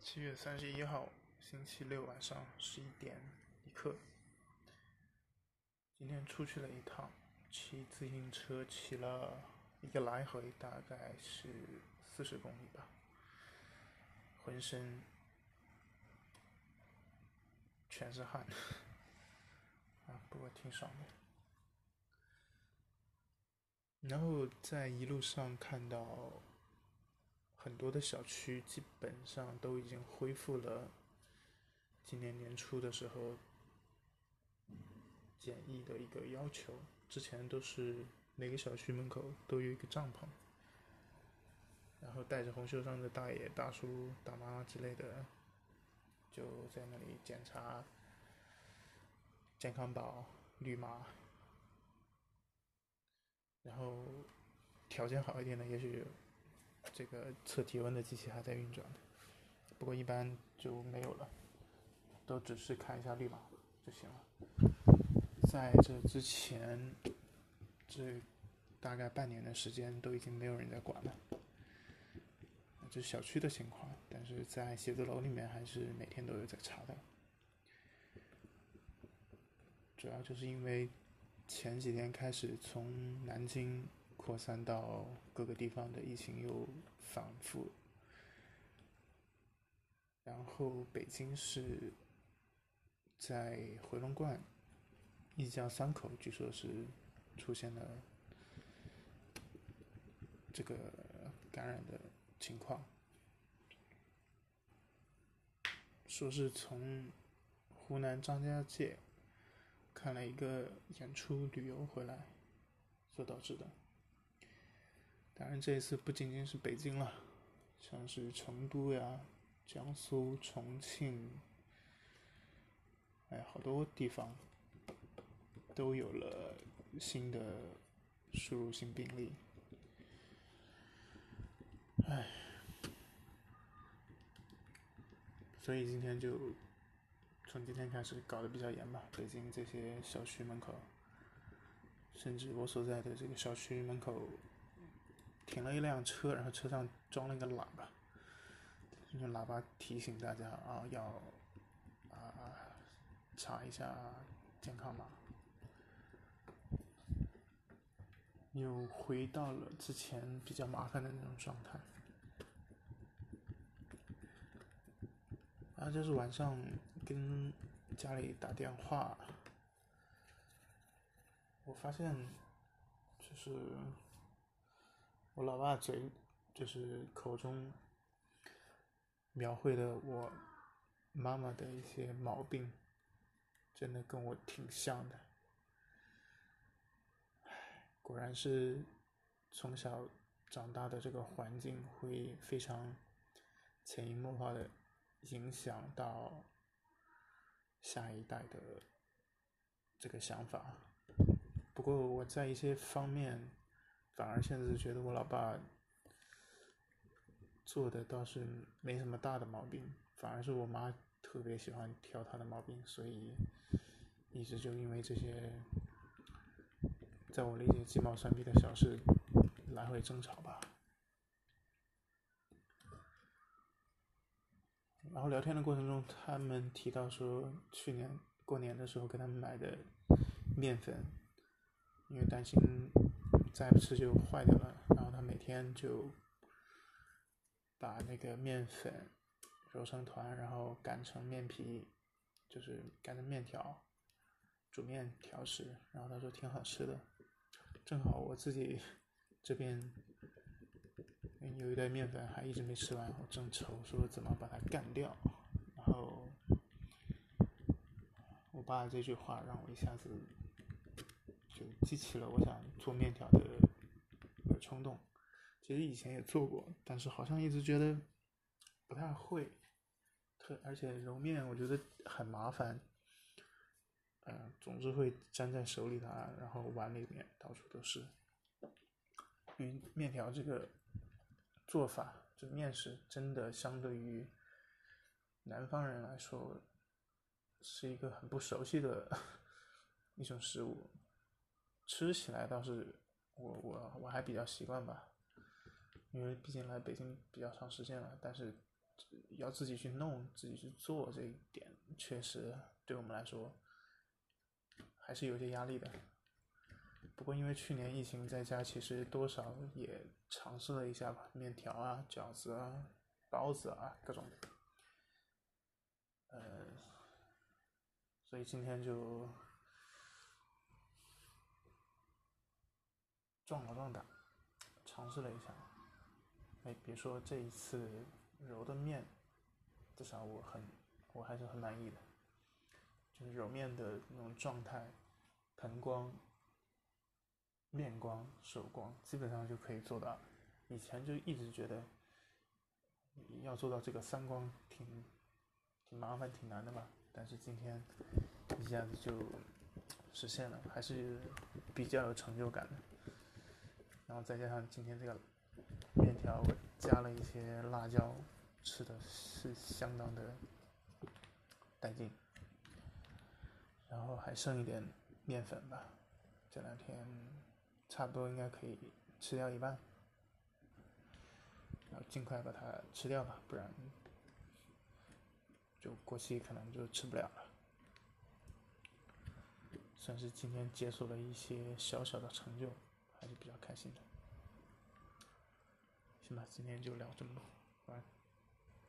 7月31号，星期六晚上11点一刻。今天出去了一趟，骑自行车骑了一个来回，大概是40公里吧，浑身全是汗不过挺爽的。然后在一路上看到很多的小区基本上都已经恢复了今年年初的时候检疫的一个要求，之前都是每个小区门口都有一个帐篷，然后带着红袖章的大爷大叔大妈之类的就在那里检查健康宝绿码，然后条件好一点的也许这个测体温的机器还在运转，不过一般就没有了，都只是看一下绿码就行了。在这之前，这大概半年的时间都已经没有人在管了，这是小区的情况，但是在写字楼里面还是每天都有在查的。主要就是因为前几天开始从南京扩散到各个地方的疫情又反复，然后北京市在回龙观一家三口据说是出现了这个感染的情况，说是从湖南张家界看了一个演出旅游回来所导致的。当然这一次不仅仅是北京了，像是成都呀、江苏、重庆，好多地方都有了新的输入性病例。所以今天就从今天开始搞得比较严吧，北京这些小区门口，甚至我所在的这个小区门口停了一辆车，然后车上装了一个喇叭，用喇叭提醒大家要查一下健康码。又回到了之前比较麻烦的那种状态。然后就是晚上跟家里打电话，我发现就是我老爸嘴就是口中描绘的我妈妈的一些毛病，真的跟我挺像的。果然是从小长大的这个环境会非常潜移默化的影响到下一代的这个想法。不过我在一些方面反而现在觉得我老爸做的倒是没什么大的毛病，反而是我妈特别喜欢挑他的毛病，所以一直就因为这些在我理解鸡毛蒜皮的小事来回争吵吧。然后聊天的过程中，他们提到说去年过年的时候给他们买的面粉，因为担心再不吃就坏掉了，然后他每天就把那个面粉揉成团，然后擀成面皮，就是擀成面条，煮面条吃，然后他说挺好吃的。正好我自己这边有一袋面粉还一直没吃完，我正愁说怎么把它干掉，然后我爸这句话让我一下子就激起了我想做面条的冲动。其实以前也做过，但是好像一直觉得不太会，而且揉面我觉得很麻烦，总是会粘在手里的，然后碗里面到处都是。因为面条这个做法，这面食真的相对于南方人来说是一个很不熟悉的一种食物，吃起来倒是我还比较习惯吧，因为毕竟来北京比较长时间了，但是要自己去弄、自己去做，这一点确实对我们来说还是有些压力的。不过因为去年疫情在家，其实多少也尝试了一下吧，面条啊、饺子啊、包子啊各种的，所以今天就壮打壮胆，尝试了一下。别说这一次揉的面，至少我还是很满意的，就是揉面的那种状态，盆光、面光、手光，基本上就可以做到。以前就一直觉得要做到这个三光挺麻烦、挺难的嘛，但是今天一下子就实现了，还是比较有成就感的。然后再加上今天这个面条，我加了一些辣椒，吃的是相当的带劲。然后还剩一点面粉吧，这2天差不多应该可以吃掉一半，然后尽快把它吃掉吧，不然就过期可能就吃不了了。算是今天解锁了一些小小的成就，还是比较开心的。行吧，今天就聊这么多，晚安。